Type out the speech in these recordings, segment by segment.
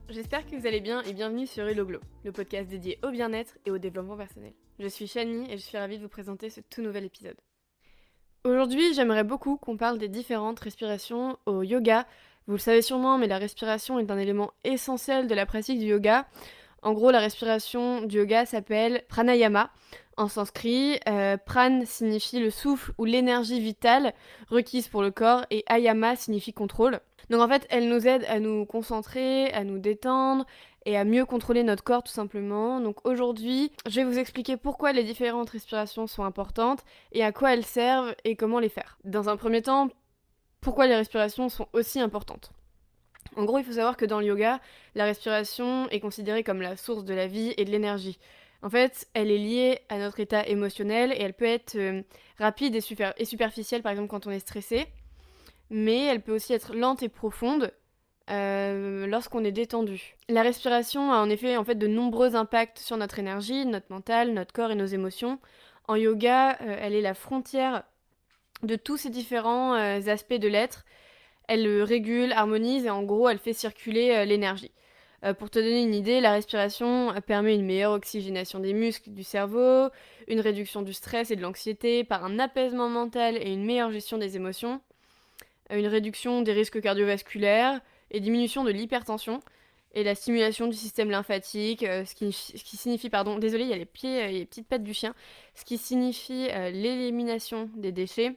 J'espère que vous allez bien et bienvenue sur Hello Glow, le podcast dédié au bien-être et au développement personnel. Je suis Shani et je suis ravie de vous présenter ce tout nouvel épisode. Aujourd'hui, j'aimerais beaucoup qu'on parle des différentes respirations au yoga. Vous le savez sûrement, mais la respiration est un élément essentiel de la pratique du yoga. En gros, la respiration du yoga s'appelle pranayama. En sanskrit, pran signifie le souffle ou l'énergie vitale requise pour le corps et ayama signifie contrôle. Donc en fait, elle nous aide à nous concentrer, à nous détendre et à mieux contrôler notre corps tout simplement. Donc aujourd'hui, je vais vous expliquer pourquoi les différentes respirations sont importantes et à quoi elles servent et comment les faire. Dans un premier temps, pourquoi les respirations sont aussi importantes. En gros, il faut savoir que dans le yoga, la respiration est considérée comme la source de la vie et de l'énergie. En fait, elle est liée à notre état émotionnel et elle peut être rapide et superficielle, par exemple quand on est stressé, mais elle peut aussi être lente et profonde lorsqu'on est détendu. La respiration a en effet de nombreux impacts sur notre énergie, notre mental, notre corps et nos émotions. En yoga, elle est la frontière de tous ces différents aspects de l'être. Elle régule, harmonise et en gros, elle fait circuler l'énergie. Pour te donner une idée, la respiration permet une meilleure oxygénation des muscles du cerveau, une réduction du stress et de l'anxiété par un apaisement mental et une meilleure gestion des émotions, une réduction des risques cardiovasculaires et diminution de l'hypertension et la stimulation du système lymphatique, ce qui signifie, désolé, il y a les petites pattes du chien, ce qui signifie l'élimination des déchets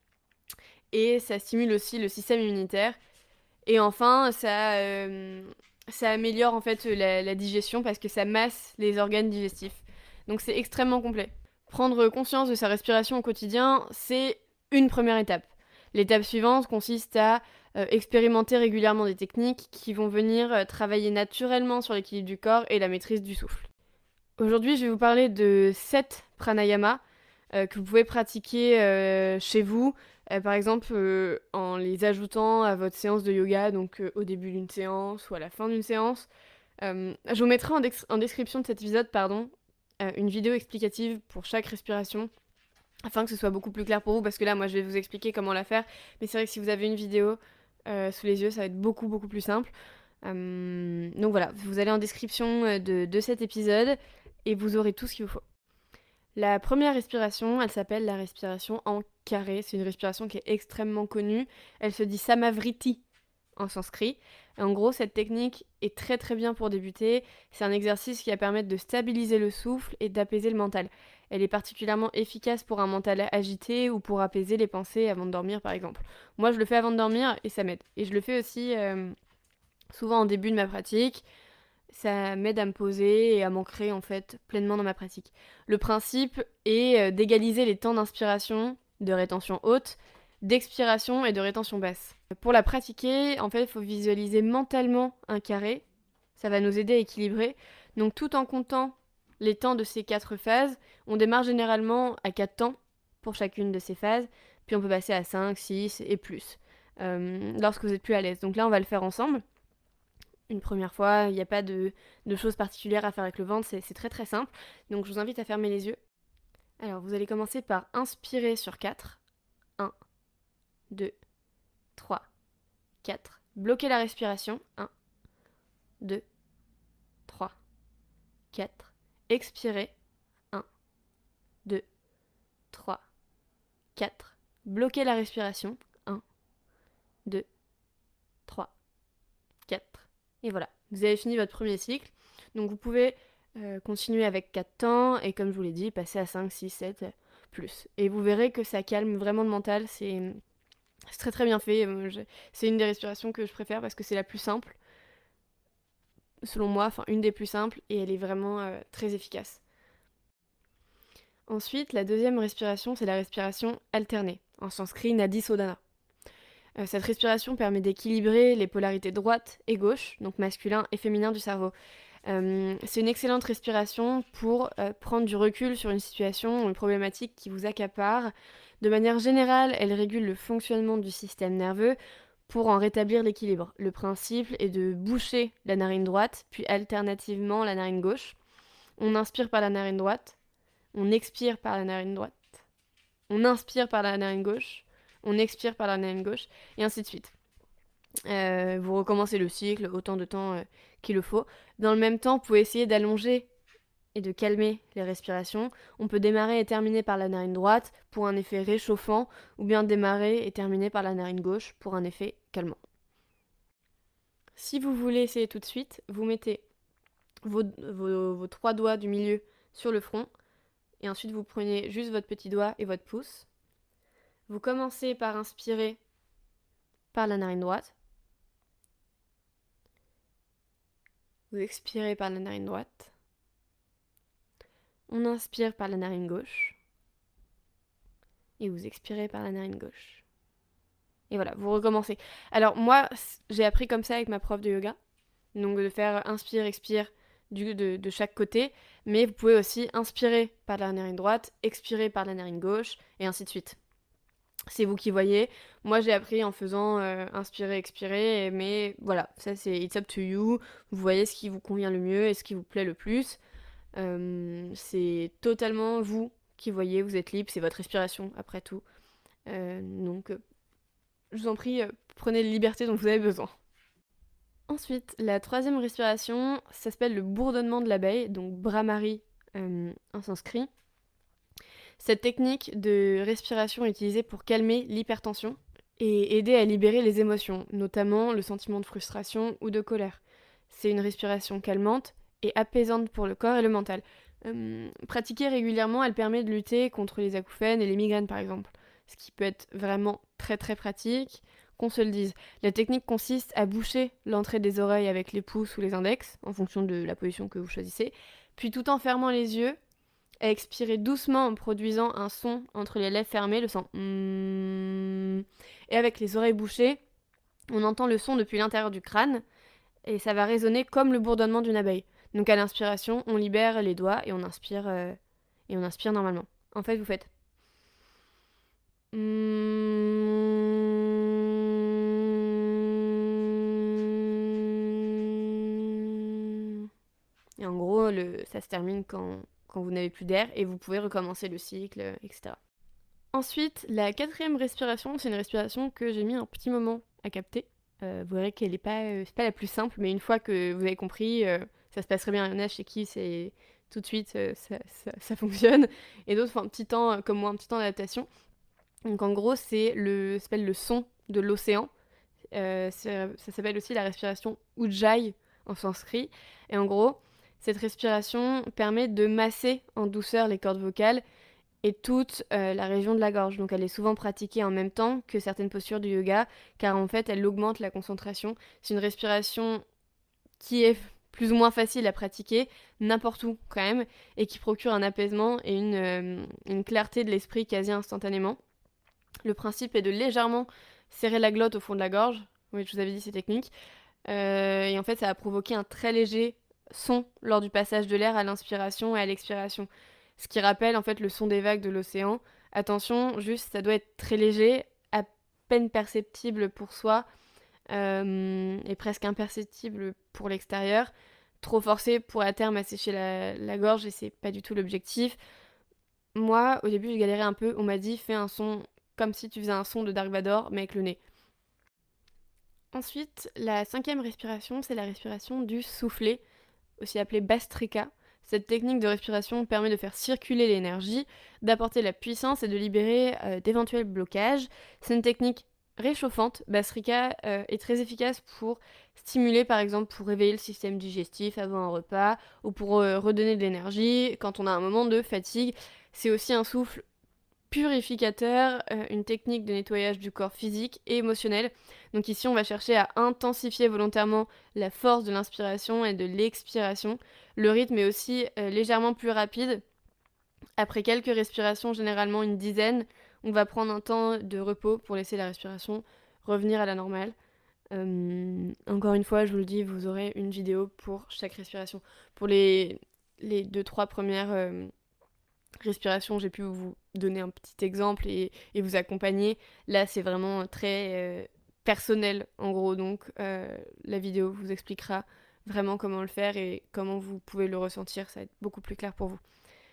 et ça stimule aussi le système immunitaire. Et enfin, ça améliore en fait la digestion parce que ça masse les organes digestifs. Donc c'est extrêmement complet. Prendre conscience de sa respiration au quotidien, c'est une première étape. L'étape suivante consiste à expérimenter régulièrement des techniques qui vont venir travailler naturellement sur l'équilibre du corps et la maîtrise du souffle. Aujourd'hui, je vais vous parler de 7 pranayama que vous pouvez pratiquer chez vous, par exemple en les ajoutant à votre séance de yoga, donc au début d'une séance ou à la fin d'une séance. Je vous mettrai en description de cet épisode une vidéo explicative pour chaque respiration, afin que ce soit beaucoup plus clair pour vous, parce que là, moi, je vais vous expliquer comment la faire, mais c'est vrai que si vous avez une vidéo sous les yeux, ça va être beaucoup, beaucoup plus simple. Donc voilà, vous allez en description de cet épisode, et vous aurez tout ce qu'il vous faut. La première respiration, elle s'appelle la respiration en carré. C'est une respiration qui est extrêmement connue. Elle se dit Samavriti en sanskrit. Et en gros, cette technique est très très bien pour débuter. C'est un exercice qui va permettre de stabiliser le souffle et d'apaiser le mental. Elle est particulièrement efficace pour un mental agité ou pour apaiser les pensées avant de dormir par exemple. Moi, je le fais avant de dormir et ça m'aide. Et je le fais aussi souvent en début de ma pratique. Ça m'aide à me poser et à m'ancrer en fait pleinement dans ma pratique. Le principe est d'égaliser les temps d'inspiration, de rétention haute, d'expiration et de rétention basse. Pour la pratiquer, en fait, il faut visualiser mentalement un carré. Ça va nous aider à équilibrer. Donc tout en comptant les temps de ces 4 phases, on démarre généralement à 4 temps pour chacune de ces phases, puis on peut passer à 5, 6 et plus lorsque vous êtes plus à l'aise. Donc là, on va le faire ensemble. Une première fois, il n'y a pas de choses particulières à faire avec le ventre, c'est très très simple. Donc je vous invite à fermer les yeux. Alors vous allez commencer par inspirer sur 4. 1, 2, 3, 4. Bloquez la respiration. 1, 2, 3, 4. Expirez. 1, 2, 3, 4. Bloquez la respiration. 1, 2, 3, 4. Et voilà, vous avez fini votre premier cycle. Donc vous pouvez continuer avec 4 temps et comme je vous l'ai dit, passer à 5, 6, 7, plus. Et vous verrez que ça calme vraiment le mental, c'est très très bien fait. C'est une des respirations que je préfère parce que c'est la plus simple, selon moi, enfin une des plus simples et elle est vraiment très efficace. Ensuite, la deuxième respiration, c'est la respiration alternée, en sanskrit Nadi Sodhana. Cette respiration permet d'équilibrer les polarités droite et gauche, donc masculin et féminin du cerveau. C'est une excellente respiration pour prendre du recul sur une situation ou une problématique qui vous accapare. De manière générale, elle régule le fonctionnement du système nerveux pour en rétablir l'équilibre. Le principe est de boucher la narine droite, puis alternativement la narine gauche. On inspire par la narine droite, on expire par la narine droite, on inspire par la narine gauche, on expire par la narine gauche, et ainsi de suite. Vous recommencez le cycle autant de temps qu'il le faut. Dans le même temps, vous pouvez essayer d'allonger et de calmer les respirations. On peut démarrer et terminer par la narine droite pour un effet réchauffant, ou bien démarrer et terminer par la narine gauche pour un effet calmant. Si vous voulez essayer tout de suite, vous mettez vos 3 doigts du milieu sur le front, et ensuite vous prenez juste votre petit doigt et votre pouce. Vous commencez par inspirer par la narine droite. Vous expirez par la narine droite. On inspire par la narine gauche. Et vous expirez par la narine gauche. Et voilà, vous recommencez. Alors moi, j'ai appris comme ça avec ma prof de yoga. Donc de faire inspire, expire de chaque côté. Mais vous pouvez aussi inspirer par la narine droite, expirer par la narine gauche, et ainsi de suite. C'est vous qui voyez. Moi, j'ai appris en faisant inspirer, expirer, mais voilà, ça c'est it's up to you. Vous voyez ce qui vous convient le mieux et ce qui vous plaît le plus. C'est totalement vous qui voyez, vous êtes libre, c'est votre respiration après tout. Donc, je vous en prie, prenez les libertés dont vous avez besoin. Ensuite, la troisième respiration, ça s'appelle le bourdonnement de l'abeille, donc Brahmari en sanskrit. Cette technique de respiration est utilisée pour calmer l'hypertension et aider à libérer les émotions, notamment le sentiment de frustration ou de colère. C'est une respiration calmante et apaisante pour le corps et le mental. Pratiquée régulièrement, elle permet de lutter contre les acouphènes et les migraines par exemple, ce qui peut être vraiment très très pratique, qu'on se le dise. La technique consiste à boucher l'entrée des oreilles avec les pouces ou les index, en fonction de la position que vous choisissez, puis tout en fermant les yeux, à expirer doucement en produisant un son entre les lèvres fermées, le son et avec les oreilles bouchées, on entend le son depuis l'intérieur du crâne et ça va résonner comme le bourdonnement d'une abeille. Donc à l'inspiration, on libère les doigts et on inspire normalement. En fait, vous faites et en gros, ça se termine quand vous n'avez plus d'air et vous pouvez recommencer le cycle, etc. Ensuite, la quatrième respiration, c'est une respiration que j'ai mis un petit moment à capter. Vous verrez qu'elle n'est c'est pas la plus simple, mais une fois que vous avez compris, ça se passerait bien. Il y en a chez qui c'est tout de suite, ça fonctionne. Et d'autres font un petit temps, comme moi, un petit temps d'adaptation. Donc en gros, ça s'appelle le son de l'océan. Ça s'appelle aussi la respiration Ujjayi en sanskrit. Et en gros, cette respiration permet de masser en douceur les cordes vocales et toute la région de la gorge. Donc elle est souvent pratiquée en même temps que certaines postures du yoga, car en fait elle augmente la concentration. C'est une respiration qui est plus ou moins facile à pratiquer, n'importe où quand même, et qui procure un apaisement et une clarté de l'esprit quasi instantanément. Le principe est de légèrement serrer la glotte au fond de la gorge. Oui, je vous avais dit, c'est technique. Et en fait, ça va provoquer un très léger son lors du passage de l'air à l'inspiration et à l'expiration. Ce qui rappelle en fait le son des vagues de l'océan. Attention, juste, ça doit être très léger, à peine perceptible pour soi, et presque imperceptible pour l'extérieur. Trop forcé pourrait à terme assécher la gorge et c'est pas du tout l'objectif. Moi, au début, je galérais un peu. On m'a dit, fais un son comme si tu faisais un son de Dark Vador, mais avec le nez. Ensuite, la cinquième respiration, c'est la respiration du soufflet, aussi appelée Bastrika. Cette technique de respiration permet de faire circuler l'énergie, d'apporter la puissance et de libérer d'éventuels blocages. C'est une technique réchauffante. Bastrika est très efficace pour stimuler, par exemple, pour réveiller le système digestif avant un repas ou pour redonner de l'énergie quand on a un moment de fatigue. C'est aussi un souffle purificateur, une technique de nettoyage du corps physique et émotionnel. Donc ici, on va chercher à intensifier volontairement la force de l'inspiration et de l'expiration. Le rythme est aussi légèrement plus rapide. Après quelques respirations, généralement une dizaine, on va prendre un temps de repos pour laisser la respiration revenir à la normale. Encore une fois, je vous le dis, vous aurez une vidéo pour chaque respiration. Pour les 2-3 premières respiration, j'ai pu vous donner un petit exemple et vous accompagner. Là, c'est vraiment très personnel, en gros. Donc, la vidéo vous expliquera vraiment comment le faire et comment vous pouvez le ressentir. Ça va être beaucoup plus clair pour vous.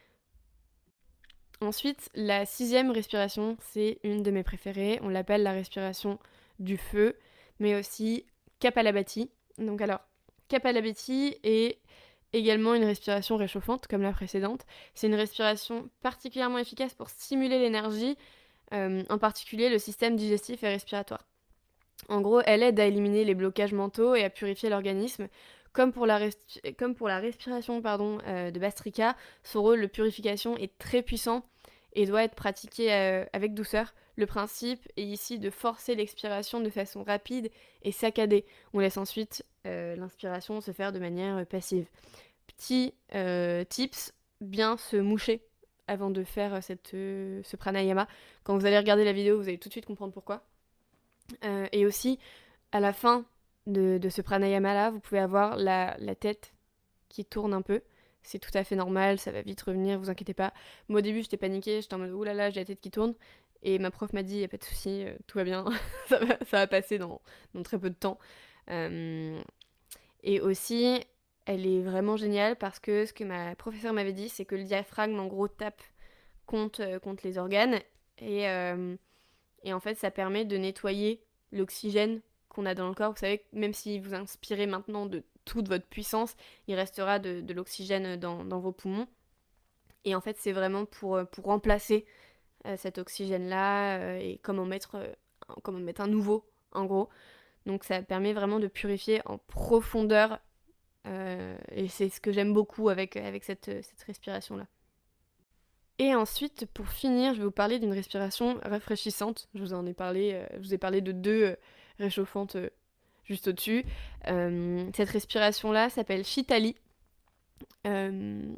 Ensuite, la sixième respiration, c'est une de mes préférées. On l'appelle la respiration du feu. mais aussi Kapalabhati. Donc alors, Kapalabhati est également une respiration réchauffante, comme la précédente. C'est une respiration particulièrement efficace pour stimuler l'énergie, en particulier le système digestif et respiratoire. En gros, elle aide à éliminer les blocages mentaux et à purifier l'organisme. Comme pour la respiration de Bastrika, son rôle de purification est très puissant et doit être pratiqué avec douceur. Le principe est ici de forcer l'expiration de façon rapide et saccadée. On laisse ensuite l'inspiration se faire de manière passive. Petit tips, bien se moucher avant de faire ce pranayama. Quand vous allez regarder la vidéo, vous allez tout de suite comprendre pourquoi. Et aussi, à la fin de ce pranayama-là, vous pouvez avoir la tête qui tourne un peu. C'est tout à fait normal, ça va vite revenir, vous inquiétez pas. Moi au début j'étais paniquée, j'étais en mode oulala, j'ai la tête qui tourne. Et ma prof m'a dit, y a pas de souci, tout va bien, ça va passer dans très peu de temps. Et aussi, elle est vraiment géniale parce que ce que ma professeure m'avait dit, c'est que le diaphragme en gros tape contre les organes. Et en fait, ça permet de nettoyer l'oxygène qu'on a dans le corps. Vous savez, même si vous inspirez maintenant de toute votre puissance, il restera de l'oxygène dans vos poumons. Et en fait, c'est vraiment pour remplacer cet oxygène-là et comme en mettre un nouveau, en gros. Donc ça permet vraiment de purifier en profondeur. Et c'est ce que j'aime beaucoup avec cette respiration-là. Et ensuite, pour finir, je vais vous parler d'une respiration rafraîchissante. Je vous ai parlé de deux réchauffantes juste au-dessus. Cette respiration-là s'appelle Shitali. Euh,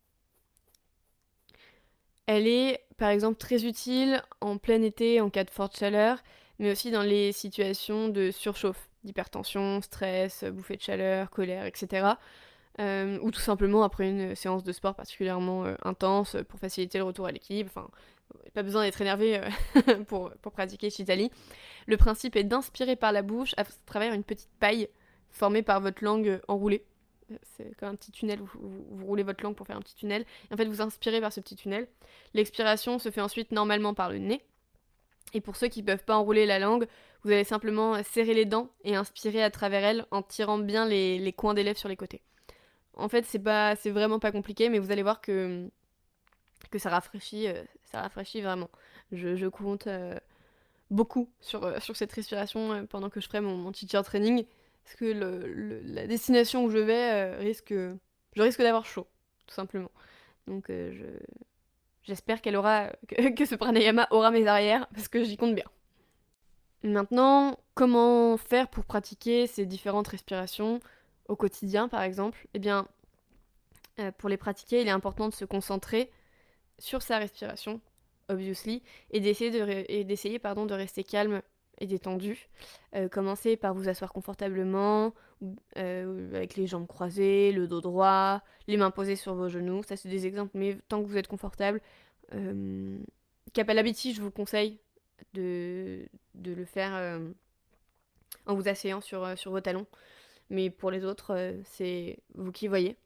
Elle est, par exemple, très utile en plein été en cas de forte chaleur, mais aussi dans les situations de surchauffe, d'hypertension, stress, bouffée de chaleur, colère, etc. Ou tout simplement après une séance de sport particulièrement intense pour faciliter le retour à l'équilibre. Enfin, pas besoin d'être énervé pour pratiquer Shitali. Le principe est d'inspirer par la bouche à travers une petite paille formée par votre langue enroulée. C'est comme un petit tunnel, vous roulez votre langue pour faire un petit tunnel. Et en fait, vous inspirez par ce petit tunnel. L'expiration se fait ensuite normalement par le nez. Et pour ceux qui ne peuvent pas enrouler la langue, vous allez simplement serrer les dents et inspirer à travers elles en tirant bien les coins des lèvres sur les côtés. En fait, c'est vraiment pas compliqué, mais vous allez voir que ça rafraîchit vraiment. Je compte beaucoup sur cette respiration pendant que je ferai mon teacher training, parce que la destination où je vais je risque d'avoir chaud, tout simplement. Donc j'espère que ce pranayama aura mes arrières, parce que j'y compte bien. Maintenant, comment faire pour pratiquer ces différentes respirations au quotidien, par exemple? Eh bien, pour les pratiquer, il est important de se concentrer sur sa respiration, obviously, et d'essayer de rester calme et détendu. Commencez par vous asseoir confortablement, avec les jambes croisées, le dos droit, les mains posées sur vos genoux. Ça, c'est des exemples, mais tant que vous êtes confortable. Kapalabhati, je vous conseille de le faire en vous asseyant sur vos talons. Mais pour les autres, c'est vous qui voyez.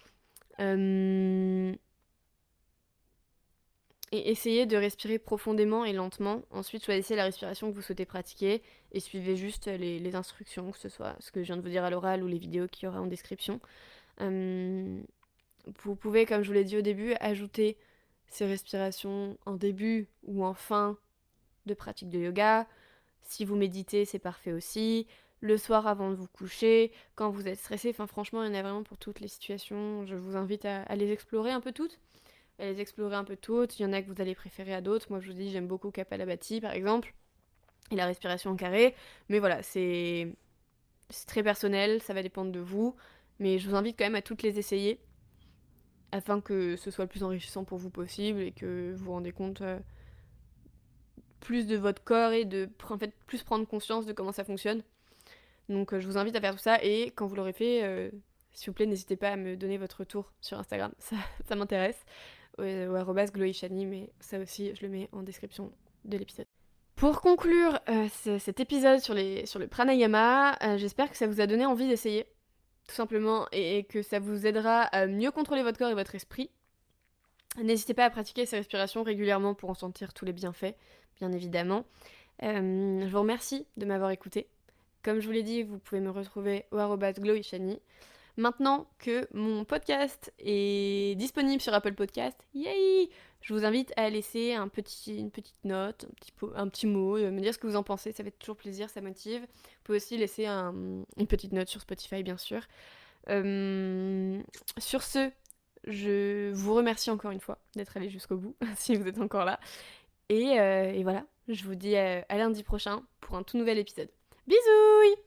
Et essayez de respirer profondément et lentement. Ensuite, choisissez la respiration que vous souhaitez pratiquer et suivez juste les instructions, que ce soit ce que je viens de vous dire à l'oral ou les vidéos qu'il y aura en description. Vous pouvez, comme je vous l'ai dit au début, ajouter ces respirations en début ou en fin de pratique de yoga. Si vous méditez, c'est parfait aussi. Le soir avant de vous coucher, quand vous êtes stressé. Enfin, franchement, il y en a vraiment pour toutes les situations. Je vous invite à les explorer un peu toutes. Il y en a que vous allez préférer à d'autres. Moi, je vous dis, j'aime beaucoup Kapalabhati, par exemple, et la respiration en carré. Mais voilà, c'est très personnel, ça va dépendre de vous. Mais je vous invite quand même à toutes les essayer, afin que ce soit le plus enrichissant pour vous possible et que vous vous rendez compte plus de votre corps et plus prendre conscience de comment ça fonctionne. Donc je vous invite à faire tout ça et quand vous l'aurez fait, s'il vous plaît, n'hésitez pas à me donner votre retour sur Instagram, ça m'intéresse. Ou @gloishani, mais ça aussi je le mets en description de l'épisode. Pour conclure cet épisode sur le pranayama, j'espère que ça vous a donné envie d'essayer, tout simplement, et que ça vous aidera à mieux contrôler votre corps et votre esprit. N'hésitez pas à pratiquer ces respirations régulièrement pour en sentir tous les bienfaits, bien évidemment. Je vous remercie de m'avoir écouté. Comme je vous l'ai dit, vous pouvez me retrouver au @glowyshani. Maintenant que mon podcast est disponible sur Apple Podcast, yay! Je vous invite à laisser une petite note, un petit mot, me dire ce que vous en pensez, ça fait toujours plaisir, ça motive. Vous pouvez aussi laisser une petite note sur Spotify, bien sûr. Sur ce, je vous remercie encore une fois d'être allé jusqu'au bout, si vous êtes encore là. Et voilà, je vous dis à lundi prochain pour un tout nouvel épisode. Bisous!